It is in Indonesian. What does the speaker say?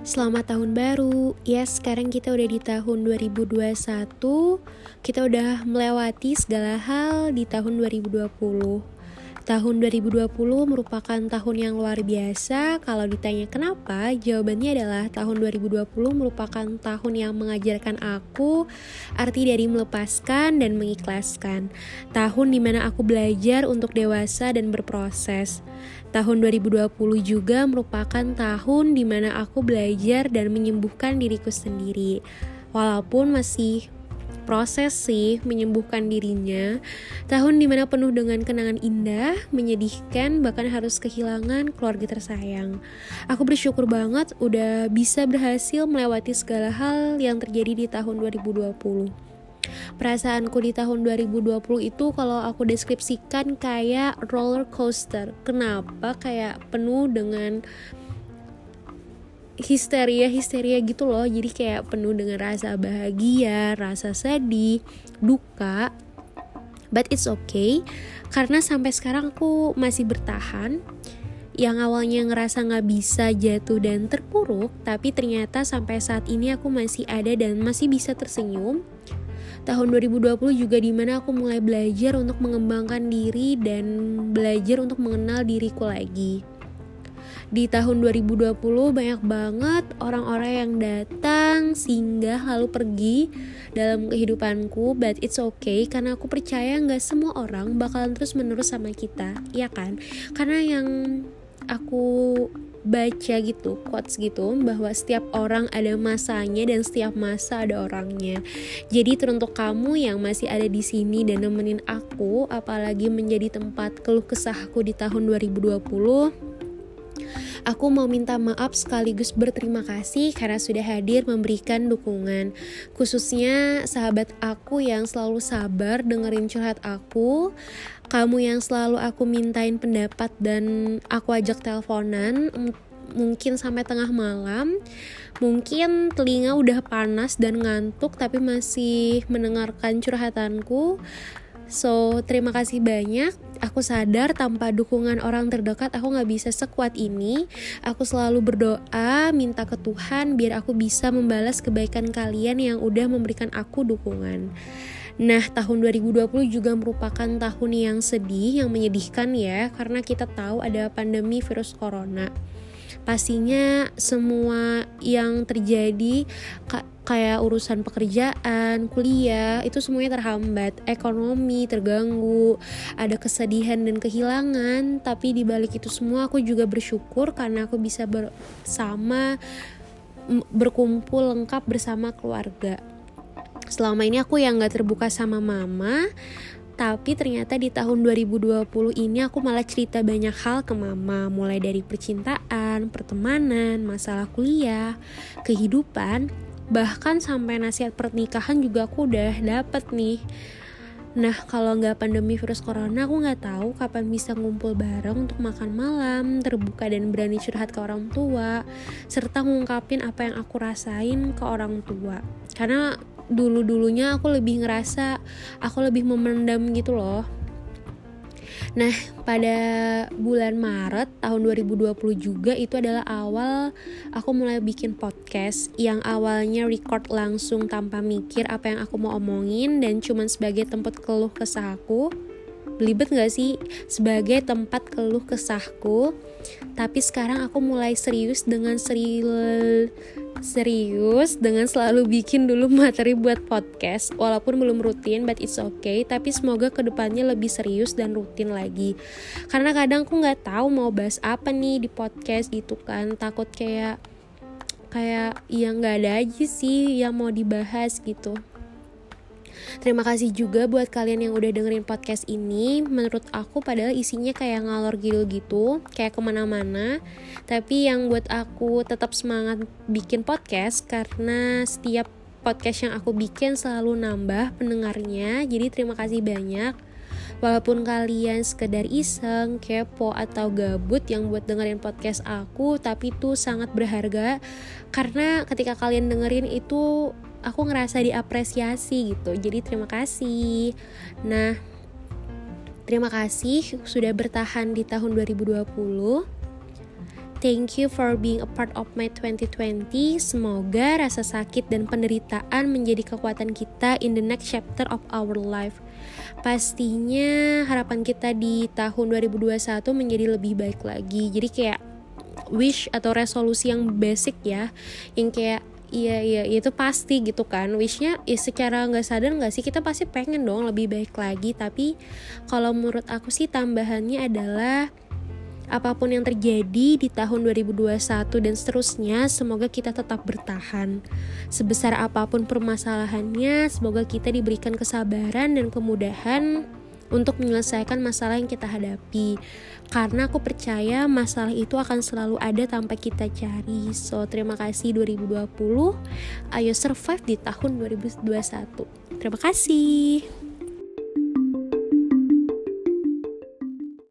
Selamat tahun baru. Sekarang kita udah di tahun 2021. Kita udah melewati segala hal di tahun 2020. Tahun 2020 merupakan tahun yang luar biasa. Kalau ditanya kenapa, jawabannya adalah tahun 2020 merupakan tahun yang mengajarkan aku arti dari melepaskan dan mengikhlaskan. Tahun dimana aku belajar untuk dewasa dan berproses. Tahun 2020 juga merupakan tahun dimana aku belajar dan menyembuhkan diriku sendiri. Walaupun masih proses sih menyembuhkan dirinya. Tahun dimana penuh dengan kenangan indah, menyedihkan, bahkan harus kehilangan keluarga tersayang. Aku bersyukur banget udah bisa berhasil melewati segala hal yang terjadi di tahun 2020. Perasaanku di tahun 2020 itu kalau aku deskripsikan kayak roller coaster. Kenapa? Kayak penuh dengan histeria gitu loh. Jadi kayak penuh dengan rasa bahagia, rasa sedih, duka. But it's okay, karena sampai sekarang aku masih bertahan. Yang awalnya ngerasa gak bisa jatuh dan terpuruk, tapi ternyata sampai saat ini aku masih ada dan masih bisa tersenyum. Tahun 2020 juga dimana aku mulai belajar untuk mengembangkan diri dan belajar untuk mengenal diriku lagi. Di tahun 2020 banyak banget orang-orang yang datang, singgah, lalu pergi dalam kehidupanku. But it's okay, karena aku percaya gak semua orang bakalan terus menerus sama kita, ya kan? Karena yang aku baca gitu, quotes gitu, bahwa setiap orang ada masanya dan setiap masa ada orangnya. Jadi teruntuk kamu yang masih ada di sini dan nemenin aku, apalagi menjadi tempat keluh kesahku di tahun 2020, aku mau minta maaf sekaligus berterima kasih karena sudah hadir memberikan dukungan. Khususnya sahabat aku yang selalu sabar dengerin curhat aku. Kamu yang selalu aku mintain pendapat dan aku ajak teleponan, mungkin sampai tengah malam. Mungkin telinga udah panas dan ngantuk tapi masih mendengarkan curhatanku. So, terima kasih banyak. Aku sadar tanpa dukungan orang terdekat aku gak bisa sekuat ini. Aku selalu berdoa, minta ke Tuhan biar aku bisa membalas kebaikan kalian yang udah memberikan aku dukungan. Nah, tahun 2020 juga merupakan tahun yang sedih, yang menyedihkan ya, karena kita tahu ada pandemi virus corona. Pastinya semua yang terjadi kayak urusan pekerjaan, kuliah, itu semuanya terhambat, ekonomi terganggu, ada kesedihan dan kehilangan. Tapi di balik itu semua aku juga bersyukur karena aku bisa berkumpul lengkap bersama keluarga. Selama ini aku yang gak terbuka sama mama, tapi ternyata di tahun 2020 ini aku malah cerita banyak hal ke mama, mulai dari percintaan, pertemanan, masalah kuliah, kehidupan, bahkan sampai nasihat pernikahan juga aku udah dapet nih. Nah, kalau gak pandemi virus corona, aku gak tahu kapan bisa ngumpul bareng untuk makan malam, terbuka dan berani curhat ke orang tua, serta ngungkapin apa yang aku rasain ke orang tua. Karena dulunya aku lebih ngerasa aku lebih memendam gitu loh. Nah, pada bulan Maret tahun 2020 juga itu adalah awal aku mulai bikin podcast yang awalnya record langsung tanpa mikir apa yang aku mau omongin dan cuman sebagai tempat keluh kesahku. Belibet gak sih? Sebagai tempat keluh kesahku. Tapi sekarang aku mulai serius dengan selalu bikin dulu materi buat podcast. Walaupun belum rutin, but it's okay. Tapi semoga kedepannya lebih serius dan rutin lagi. Karena kadang aku gak tahu mau bahas apa nih di podcast gitu kan. Takut kayak yang gak ada aja sih yang mau dibahas gitu. Terima kasih juga buat kalian yang udah dengerin podcast ini. Menurut aku padahal isinya kayak ngalor ngidul gitu, kayak kemana-mana. Tapi yang buat aku tetap semangat bikin podcast karena setiap podcast yang aku bikin selalu nambah pendengarnya. Jadi terima kasih banyak. Walaupun kalian sekedar iseng, kepo, atau gabut yang buat dengerin podcast aku, tapi itu sangat berharga. Karena ketika kalian dengerin itu aku ngerasa diapresiasi gitu. Jadi terima kasih. Nah, terima kasih sudah bertahan di tahun 2020. Thank you for being a part of my 2020. Semoga rasa sakit dan penderitaan menjadi kekuatan kita in the next chapter of our life. Pastinya harapan kita di tahun 2021 menjadi lebih baik lagi. Jadi kayak wish atau resolusi yang basic ya, yang kayak iya itu pasti gitu kan. Wishnya ya secara gak sadar gak sih, kita pasti pengen dong lebih baik lagi. Tapi kalau menurut aku sih tambahannya adalah apapun yang terjadi di tahun 2021 dan seterusnya, semoga kita tetap bertahan. Sebesar apapun permasalahannya, semoga kita diberikan kesabaran dan kemudahan untuk menyelesaikan masalah yang kita hadapi. Karena aku percaya masalah itu akan selalu ada tanpa kita cari. So, terima kasih 2020. Ayo survive di tahun 2021. Terima kasih.